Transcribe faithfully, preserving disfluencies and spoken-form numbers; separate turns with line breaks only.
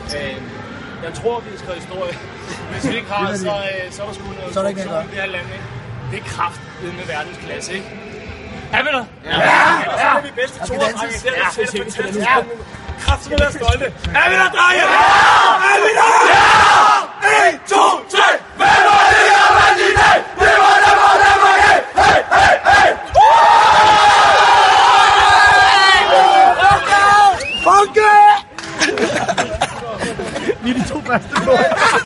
Øh, jeg tror, vi har skrevet historie. Hvis vi ikke har, så, øh, så er der sgu noget
så er der ikke noget.
i det her land, ikke? Det er kraft med verdensklasse, ikke? Er vi der?
Ja! Ja!
Og så er vi bedste to og drenge. Det er
sindssygt.
fantastisk. Kraft, så er vi stolte. Er vi der, drenge?